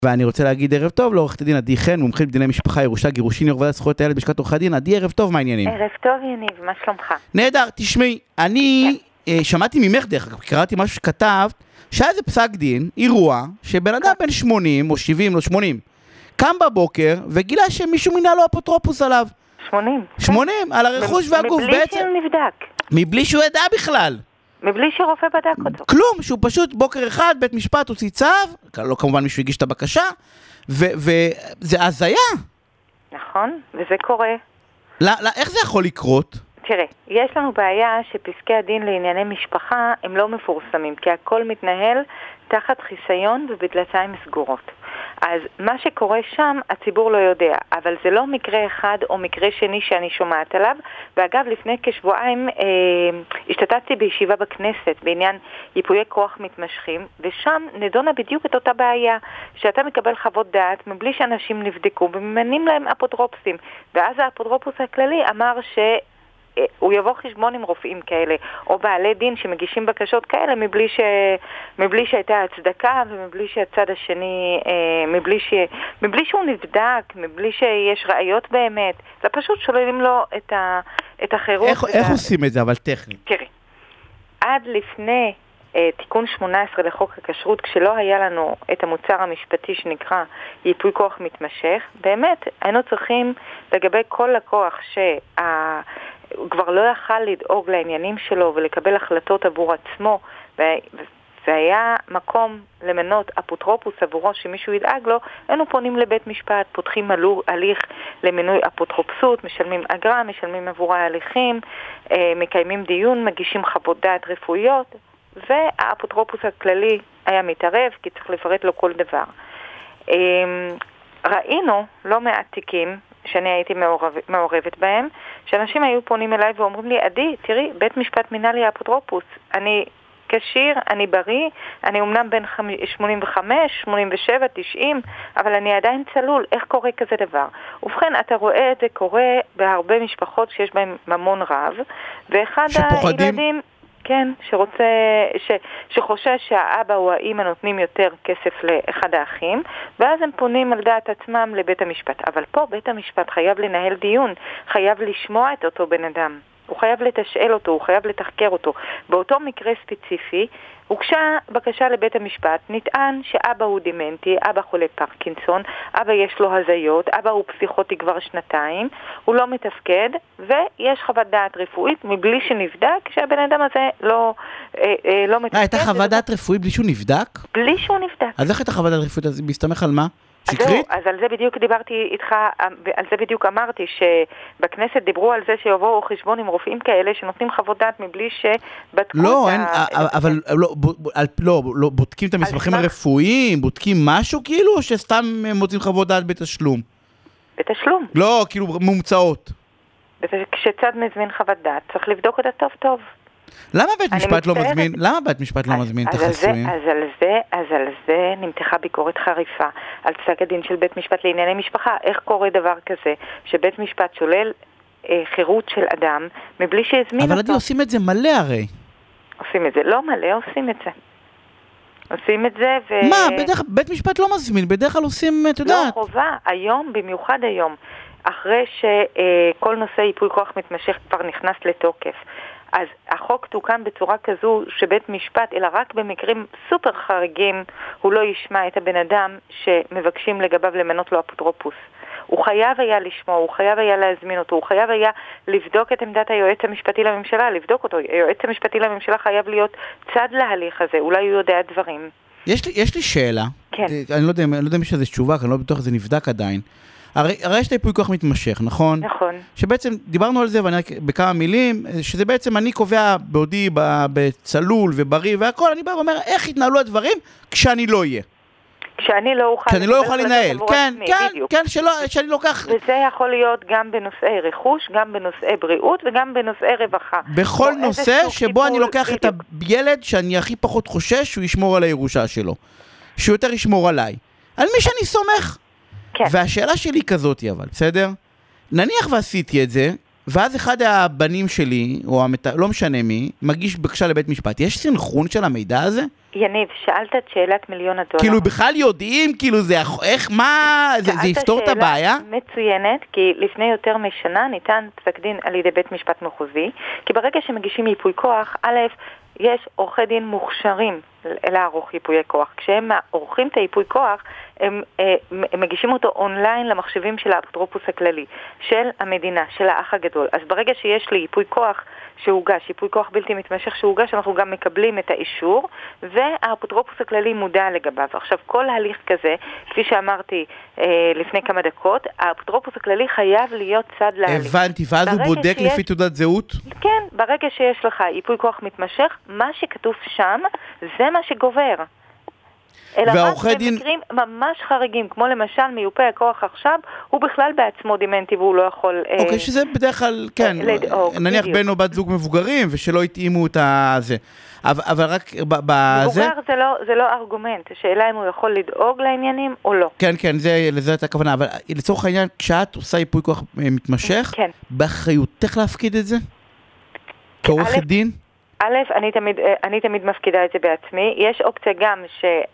ואני רוצה להגיד ערב טוב לעורכת הדין עדי חן, מומחית בדיני משפחה, ירושה, גירושין, יו"ר ועדת זכויות הילד בלשכת עורכי הדין. עדי, ערב טוב, מה העניינים? ערב טוב, יניב, מה שלומך? נהדר, תשמעי, אני שמעתי ממך דרך, קראתי משהו שכתבת, שהיה איזה פסק דין, אירוע, שבן אדם בן 80 או 70 או 80, קם בבוקר וגילה שמישהו מינה לו אפוטרופוס עליו. 80. 80, על הרכוש והגוף בעצם. מבלי שהוא נבדק. מבלי שהוא ידע בכלל. מבלי שרופא בדק אותו. כלום, שהוא פשוט בוקר אחד, בית משפט הוציא צו, לא כמובן מישהו הגיש את הבקשה, וזה הזיה. נכון, וזה קורה. איך זה יכול לקרות? תראה, יש לנו בעיה שפסקי הדין לענייני משפחה הם לא מפורסמים, כי הכל מתנהל תחת חיסיון ובדלתיים סגורות. אז מה שקורה שם הציבור לא יודע, אבל זה לא מקרה אחד או מקרה שני שאני שומעת עליו. ואגב, לפני כשבועיים השתתפתי בישיבה בכנסת בעניין ייפויי כוח מתמשכים, ושם נדונה בדיוק את אותה בעיה, שאתה מקבל חוות דעת מבלי שאנשים נבדקו וממנים להם אפוטרופסים, ואז האפוטרופוס הכללי אמר הוא יבוא חשבון עם רופאים כאלה, או בעלי דין שמגישים בקשות כאלה, מבלי שהייתה הצדקה, ומבלי שהצד השני, מבלי שהוא נבדק, מבלי שיש ראיות באמת. זה פשוט שוללים לו את החירות. איך עושים את זה, אבל טכנית? תראי, עד לפני תיקון 18 לחוק הכשרות, כשלא היה לנו את המוצר המשפטי שנקרא ייפוי כוח מתמשך, באמת היינו צריכים לגבי כל לקוח הוא כבר לא יכל לדאוג לעניינים שלו ולקבל החלטות עבור עצמו, והיה מקום למנות אפוטרופוס עבורו שמישהו ידאג לו, היינו פונים לבית משפט, פותחים הליך למינוי אפוטרופסות, משלמים אגרה, משלמים עבור ההליכים, מקיימים דיון, מגישים חוות דעת רפואיות, והאפוטרופוס הכללי היה מתערב, כי צריך לפרט לו כל דבר. ראינו לא מעט תיקים שאני הייתי מעורבת בהם, שאנשים היו פונים אליי ואומרים לי, עדי, תראי, בית משפט מינה לי אפוטרופוס, אני כשיר, אני בריא, אני אומנם בין 85, 87, 90, אבל אני עדיין צלול, איך קורה כזה דבר? ובכן, אתה רואה את זה קורה בהרבה משפחות שיש בהם ממון רב, ואחד הילדים כן, שחושש שהאבא או האמא נותנים יותר כסף לאחד האחים, ואז הם פונים על דעת עצמם לבית המשפט. אבל פה בית המשפט חייב לנהל דיון, חייב לשמוע את אותו בן אדם. הוא חייב לתשאל אותו, הוא חייב לתחקר אותו. באותו מקרה ספציפי, הוגשה בקשה לבית המשפט, נטען שאבא הוא דימנטי, אבא חולה פרקינסון, אבא יש לו הזיות, אבא הוא פסיכוטי כבר 2, הוא לא מתפקד, ויש חוות דעת רפואית מבלי שנבדק שהבן אדם הזה לא מתפקד. הייתה חוות דעת רפואית בלי שהוא נבדק? בלי שהוא נבדק. אז איך הייתה חוות דעת רפואית? אז מסתמך על מה? שקרית? אז על זה בדיוק דיברתי איתך, על זה בדיוק אמרתי, שבכנסת דיברו על זה שיבואו חשבון עם רופאים כאלה שנותנים חוות דעת מבלי שבדקו לא, בודקים את המסמכים הרפואיים, בודקים משהו כאילו, או שסתם מוצאים חוות דעת בתשלום? בתשלום. לא, כאילו מומצאות. כשצד מזמין חוות דעת, צריך לבדוק אותה טוב טוב. למה בית משפט לא מזמין? למה בית משפט לא מזמין את החסויים? אז על זה נמתחה ביקורת חריפה על פסק הדין של בית משפט לענייני משפחה. איך קורה דבר כזה שבית משפט שולל חירות של אדם מבלי שהזמין אותו? אבל עדי עושים את זה מלא הרי. עושים את זה לא מלא, עושים את זה. עושים את זה מה? בית משפט לא מזמין, בדרך כלל עושים, את יודעת. לא חובה, היום, במיוחד היום, אחרי שכל נושא ייפוי כוח מתמשך כבר נכנס לתוקף. אז החוק תוקן בצורה כזו שבית משפט, אלא רק במקרים סופר חריגים, הוא לא ישמע את הבן אדם שמבקשים לגביו למנות לו אפוטרופוס. הוא חייב היה לשמוע, הוא חייב היה להזמין אותו, הוא חייב היה לבדוק את עמדת היועץ המשפטי לממשלה, לבדוק אותו. היועץ המשפטי לממשלה חייב להיות צד להליך הזה, אולי הוא יודע דברים. יש לי שאלה. כן. אני לא יודע אם יש איזו תשובה, כי אני לא בטוח שזה נבדק עדיין. הרי יש את ייפוי כוח מתמשך, נכון? נכון. שבעצם דיברנו על זה, ואני בכמה מילים, שזה בעצם אני קובע בעודי בצלול ובריא והכל, אני בא ואומר, איך יתנהלו הדברים כשאני לא אהיה? כשאני לא אוכל לנהל. כן, שאני לוקח... וזה יכול להיות גם בנושאי רכוש, גם בנושאי בריאות וגם בנושאי רווחה. בכל נושא שבו אני לוקח את הילד שאני הכי פחות חושש שהוא ישמור על הירושה שלו. שהוא יותר ישמור עליי. על מי שאני סומך. כן. והשאלה שלי כזאת אבל, בסדר? נניח ועשיתי את זה, ואז אחד הבנים שלי, או לא משנה מי, מגיש בקשה לבית משפט. יש סנכרון של המידע הזה? יניב, שאלת את שאלת מיליון הדולר. כאילו בכלל יודעים, כאילו זה, איך, מה, זה יפתור את הבעיה? שאלת שאלה מצוינת, כי לפני יותר משנה ניתן פסק דין על ידי בית משפט מחוזי, כי ברגע שמגישים ייפוי כוח, א', יש עורכי דין מוכשרים לערוך ייפויי כוח. כשהם עורכים את הייפוי כוח, הם מגישים אותו אונליין למחשבים של האפוטרופוס הכללי, של המדינה, של האח הגדול. אז ברגע שיש לי ייפוי כוח שהוגש, ייפוי כוח בלתי מתמשך שהוגש, אנחנו גם מקבלים את האישור, והאפוטרופוס הכללי מודע לגביו. עכשיו, כל הליך כזה, כפי שאמרתי לפני כמה דקות, האפוטרופוס הכללי חייב להיות צד להליך. הבנתי, ואז הוא בודק לפי תעודת זהות? כן, ברגע שיש לך ייפוי כוח מתמשך, מה שכתוב שם, זה מה שגובר. אלא רק במקרים ממש חריגים, כמו למשל מיופה הכוח עכשיו, הוא בכלל בעצמו דימנטי והוא לא יכול אוקיי, שזה בדרך כלל, כן, נניח בן או בת זוג מבוגרים ושלא התאימו את זה. אבל רק בזה... מבוגר זה לא ארגומנט, השאלה אם הוא יכול לדאוג לעניינים או לא. כן, כן, לזה הייתה הכוונה, אבל לצורך העניין, כשאת עושה ייפוי כוח מתמשך, באחריותך להפקיד את זה? כעורכת דין? א', אני תמיד מפקידה את זה בעצמי. יש אופציה גם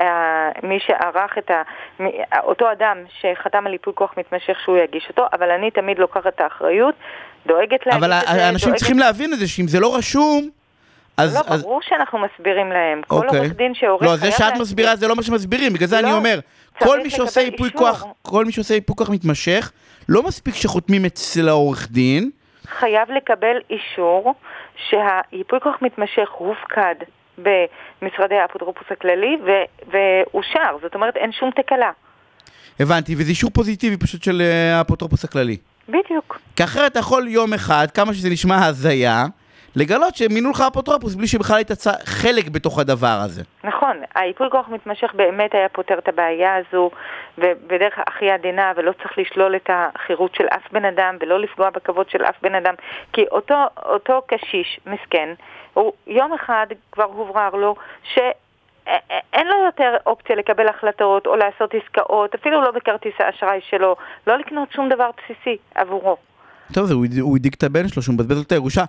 שמי שערך אותו אדם שחתם על ייפוי כוח מתמשך שהוא יגיש אותו, אבל אני תמיד לוקחת את האחריות, דואגת להגיש את זה. אבל האנשים צריכים להבין את זה, שאם זה לא רשום, אז... לא, ברור שאנחנו מסבירים להם. כל עורך דין שעורך... לא, זה שאת מסבירה, זה לא מה שמסבירים. בגלל זה אני אומר, כל מי שעושה ייפוי כוח מתמשך, לא מספיק שחותמים אצל העורך דין, חייב לקבל אישור שהייפוי כוח מתמשך הופקד במשרדי האפוטרופוס הכללי ואושר, זאת אומרת אין שום תקלה. הבנתי, וזה אישור פוזיטיבי פשוט של האפוטרופוס הכללי. בדיוק. כי אחרת אתה יכול יום אחד, כמה שזה נשמע הזיה, לגלות שמינו לך אפוטרופוס בלי שבכלל היית חלק בתוך הדבר הזה. נכון, הייפוי כוח מתמשך באמת היה פותר את הבעיה הזו, ובדרך הכי עדינה, ולא צריך לשלול את החירות של אף בן אדם, ולא לפגוע בכבוד של אף בן אדם, כי אותו קשיש מסכן, הוא יום אחד כבר הוברר לו שאין לו יותר אופציה לקבל החלטות, או לעשות עסקאות, אפילו לא בכרטיס האשראי שלו, לא לקנות שום דבר בסיסי עבורו. טוב, הוא ידיק את הבן שלו, שהוא מבזבז את הירושה.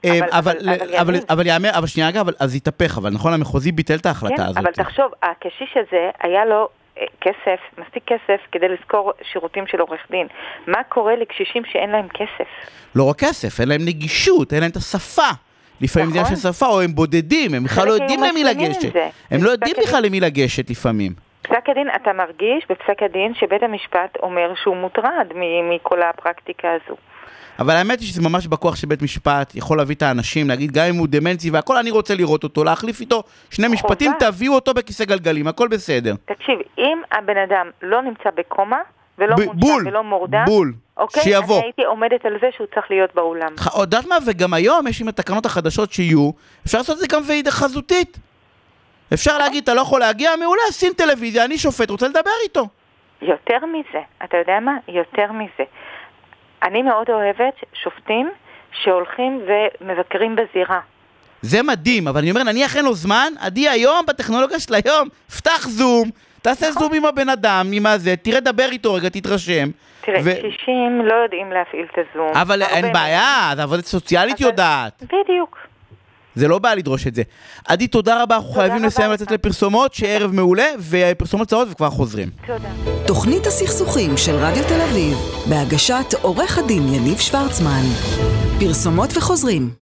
אבל יאמר, אבל שנייה רגע, אז יתהפך, אבל נכון, המחוזי ביטל את ההחלטה הזאת. אבל תחשוב, הקשיש הזה היה לו כסף, מספיק כסף, כדי לזכור שירותים של עורך דין. מה קורה לקשישים שאין להם כסף? לא רק כסף, אין להם נגישות, אין להם את השפה. לפעמים זה של שפה, או הם בודדים, הם בכלל לא יודעים למי לגשת. הם לא יודעים בכלל למי לגשת לפעמים. פסק הדין, אתה מרגיש בפסק הדין שבית המשפט אומר שהוא מוטרד מכל הפרקטיקה הזו. אבל האמת היא שזה ממש בכוח שבית משפט יכול להביא את האנשים, להגיד גם אם הוא דמנצי והכל, אני רוצה לראות אותו, להחליף איתו שני משפטים, תביאו אותו בכיסא גלגלים, הכל בסדר. תקשיב, אם הבן אדם לא נמצא בקומה, ולא מונשם ולא מורדם, שיבוא. אני הייתי עומדת על זה שהוא צריך להיות באולם. יודעת מה, וגם היום יש עם התקנות החדשות שיהיו, אפשר לעשות את זה גם ועידה חזותית. אפשר להגיד, אתה לא יכול להגיע, מעולה, שים טלוויזיה, אני שופט, רוצה לדבר איתו. יותר מזה, אתה יודע מה? יותר מזה. אני מאוד אוהבת שופטים שהולכים ומבקרים בזירה. זה מדהים, אבל אני אומר, נניח אין לו זמן, עדי היום בטכנולוגיה של היום, פתח זום, תעשה זום עם הבן אדם, עם הזה, תראה דבר איתו רגע, תתרשם. תראה, קשישים לא יודעים להפעיל את הזום. אבל אין בעיה, זה עבודת סוציאלית יודעת. בדיוק. זה לא בא לדרוש את זה. עדי, תודה רבה, אנחנו חייבים לסיים לצאת לפרסומות, שערב מעולה, ופרסומות צעות וכבר חוזרים. תודה. תוכנית הסכסוכים של רדיו תל אביב, בהגשת עורך הדין יניב שוורצמן. פרסומות וחוזרים.